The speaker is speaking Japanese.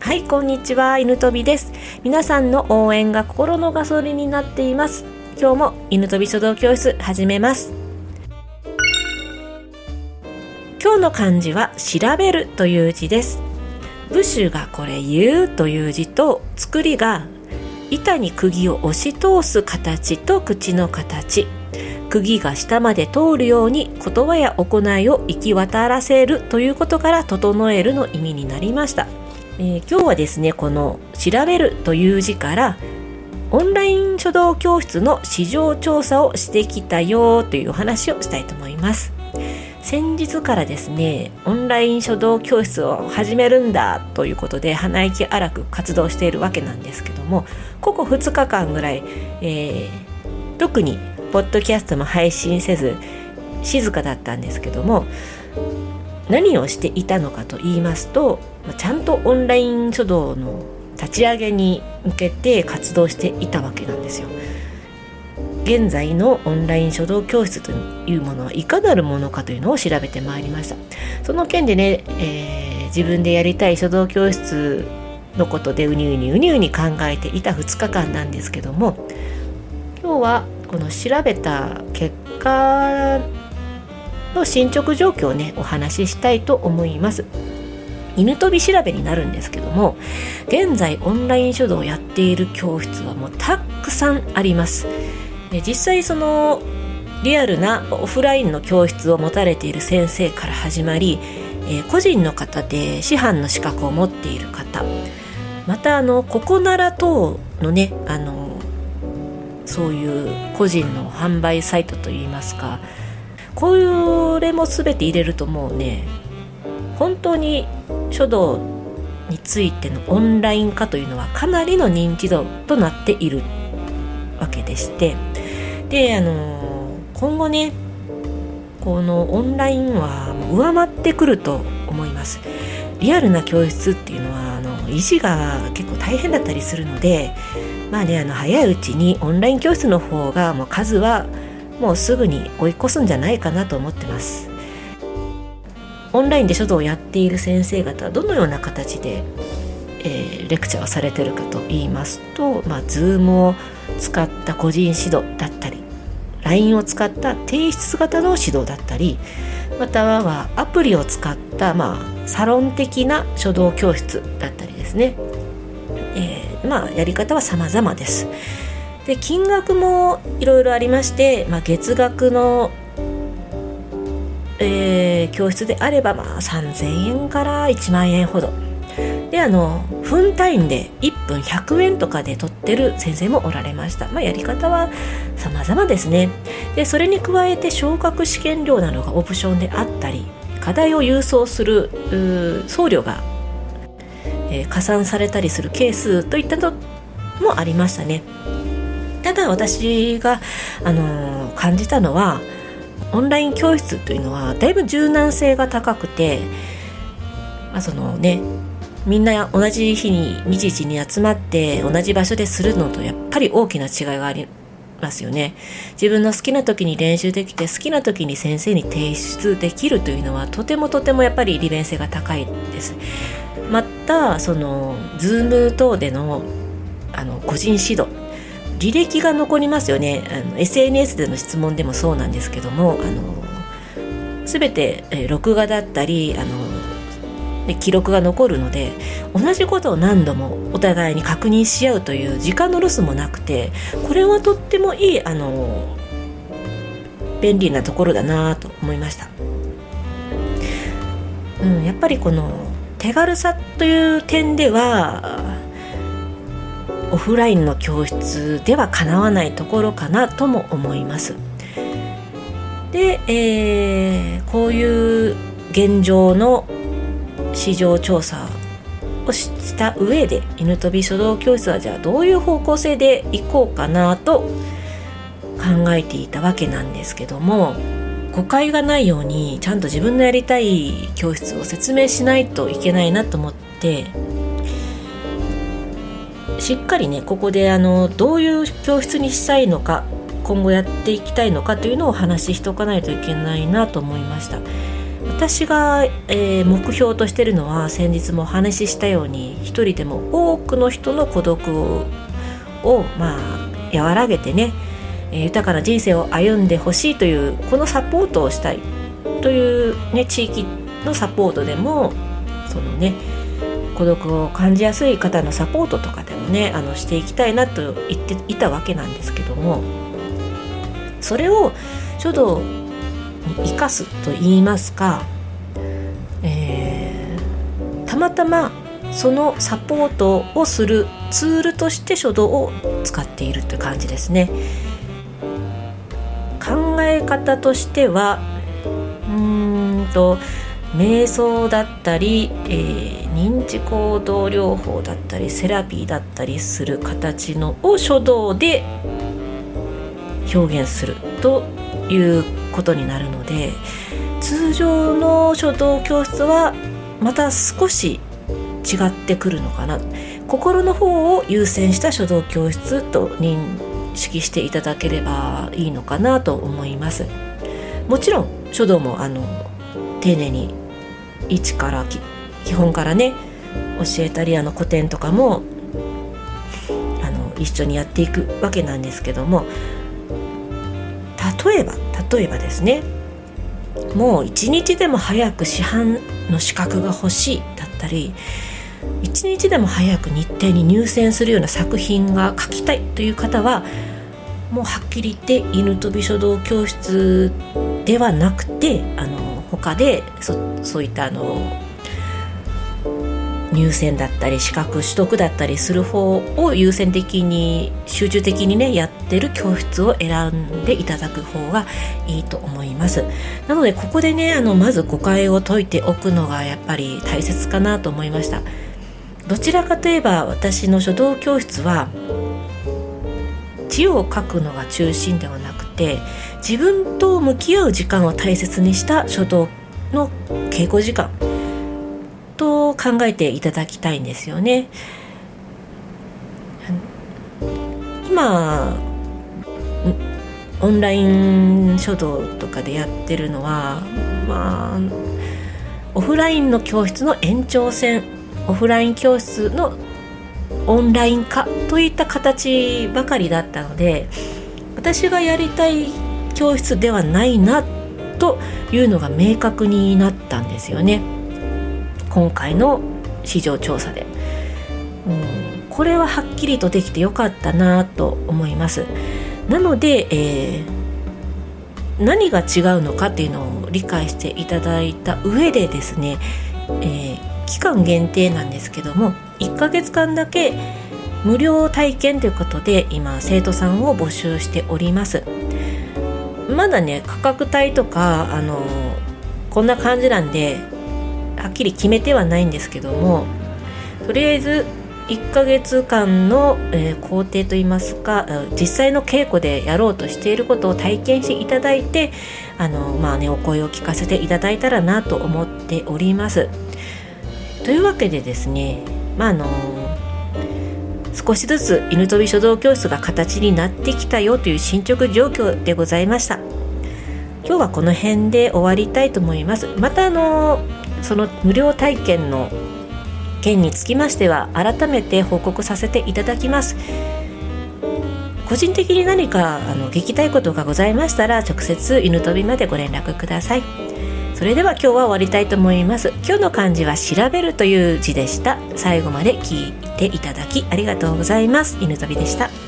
はい、こんにちは、犬飛びです。皆さんの応援が心のガソリンになっています。今日も犬飛び書道教室始めます。今日の漢字は調べるという字です。部首がこれ言うという字と、作りが板に釘を押し通す形と口の形、釘が下まで通るように言葉や行いを行き渡らせるということから整えるの意味になりました。今日はですね、この調べるという字からオンライン書道教室の市場調査をしてきたよというお話をしたいと思います。先日からですね、オンライン書道教室を始めるんだということで鼻息荒く活動しているわけなんですけども、ここ2日間ぐらい、特にポッドキャストも配信せず静かだったんですけども、何をしていたのかと言いますと、ちゃんとオンライン書道の立ち上げに向けて活動していたわけなんですよ。現在のオンライン書道教室というものはいかなるものかというのを調べてまいりました。その件でね、自分でやりたい書道教室のことでうにうに考えていた2日間なんですけども、今日はこの調べた結果の進捗状況をねお話ししたいと思います。犬飛び調べになるんですけども、現在オンライン書道をやっている教室はもうたくさんあります。実際そのリアルなオフラインの教室を持たれている先生から始まり、個人の方で師範の資格を持っている方、またここなら等のねそういう個人の販売サイトといいますか、これも全て入れるともうね、本当に書道についてのオンライン化というのはかなりの認知度となっているわけでして、で今後ねこのオンラインは上回ってくると思います。リアルな教室っていうのは維持が結構大変だったりするので、早いうちにオンライン教室の方がもう数はもうすぐに追い越すんじゃないかなと思ってます。オンラインで書道をやっている先生方はどのような形で、レクチャーをされているかと言いますと、Zoom を使った個人指導だったり、 LINE を使った提出型の指導だったり、またはアプリを使った、サロン的な書道教室だったりですね、やり方は様々です。で、金額もいろいろありまして、月額の、教室であれば3000円から1万円ほどで、分単位で1分100円とかで取ってる先生もおられました。やり方は様々ですね。で、それに加えて昇格試験料などがオプションであったり、課題を郵送する送料が、加算されたりするケースといったのもありましたね。ただ私が、感じたのは、オンライン教室というのはだいぶ柔軟性が高くて、みんな同じ日に集まって同じ場所でするのとやっぱり大きな違いがありますよね。自分の好きな時に練習できて、好きな時に先生に提出できるというのはとてもやっぱり利便性が高いです。またZoom 等での個人指導、履歴が残りますよね。SNS での質問でもそうなんですけども、全て、録画だったり記録が残るので、同じことを何度もお互いに確認し合うという時間のロスもなくて、これはとってもいい便利なところだなと思いました。やっぱりこの手軽さという点ではオフラインの教室ではかなわないところかなとも思います。で、こういう現状の市場調査をした上で、犬飛び書道教室はじゃあどういう方向性でいこうかなと考えていたわけなんですけども、誤解がないようにちゃんと自分のやりたい教室を説明しないといけないなと思って、しっかりねここでどういう教室にしたいのか、今後やっていきたいのかというのをお話ししておかないといけないなと思いました。 私が、目標としているのは、先日もお話ししたように、一人でも多くの人の孤独を和らげてね、豊かな人生を歩んでほしいという、このサポートをしたいという、ね、地域のサポートでも、そのね、孤独を感じやすい方のサポートとかでもね、していきたいなと言っていたわけなんですけども、それを書道に生かすと言いますか、たまたまそのサポートをするツールとして書道を使っているという感じですね。考え方としては瞑想だったり、認知行動療法だったりセラピーだったりする形のを書道で表現するということになるので、通常の書道教室はまた少し違ってくるのかな。心の方を優先した書道教室と認識していただければいいのかなと思います。もちろん書道も丁寧に一から基本からね教えたり、古典とかも一緒にやっていくわけなんですけども、例えばですね、もう一日でも早く師範の資格が欲しいだったり、一日でも早く日程に入選するような作品が書きたいという方は、もうはっきり言って犬飛書道教室ではなくて、他でそういった入選だったり資格取得だったりする方を優先的に集中的にねやってる教室を選んでいただく方がいいと思います。なのでここでねまず誤解を解いておくのがやっぱり大切かなと思いました。どちらかといえば私の書道教室は字を書くのが中心ではなくて、自分と向き合う時間を大切にした書道の稽古時間と考えていただきたいんですよね。今オンライン書道とかでやってるのは、オフラインの教室の延長線、オフライン教室のオンライン化といった形ばかりだったので、私がやりたい教室ではないなというのが明確になったんですよね、今回の市場調査で。これははっきりとできてよかったなと思います。なので、何が違うのかっていうのを理解していただいた上でですね、期間限定なんですけども1ヶ月間だけ無料体験ということで今生徒さんを募集しております。まだね価格帯とかこんな感じなんではっきり決めてはないんですけども、とりあえず1ヶ月間の、工程といいますか実際の稽古でやろうとしていることを体験していただいてお声を聞かせていただいたらなと思っております。というわけでですね、少しずつ犬飛書道教室が形になってきたよという進捗状況でございました。今日はこの辺で終わりたいと思います。またその無料体験の件につきましては改めて報告させていただきます。個人的に何か聞きたいことがございましたら直接犬飛までご連絡ください。それでは今日は終わりたいと思います。今日の漢字は調べるという字でした。最後まで聞いていただきありがとうございます。犬飛でした。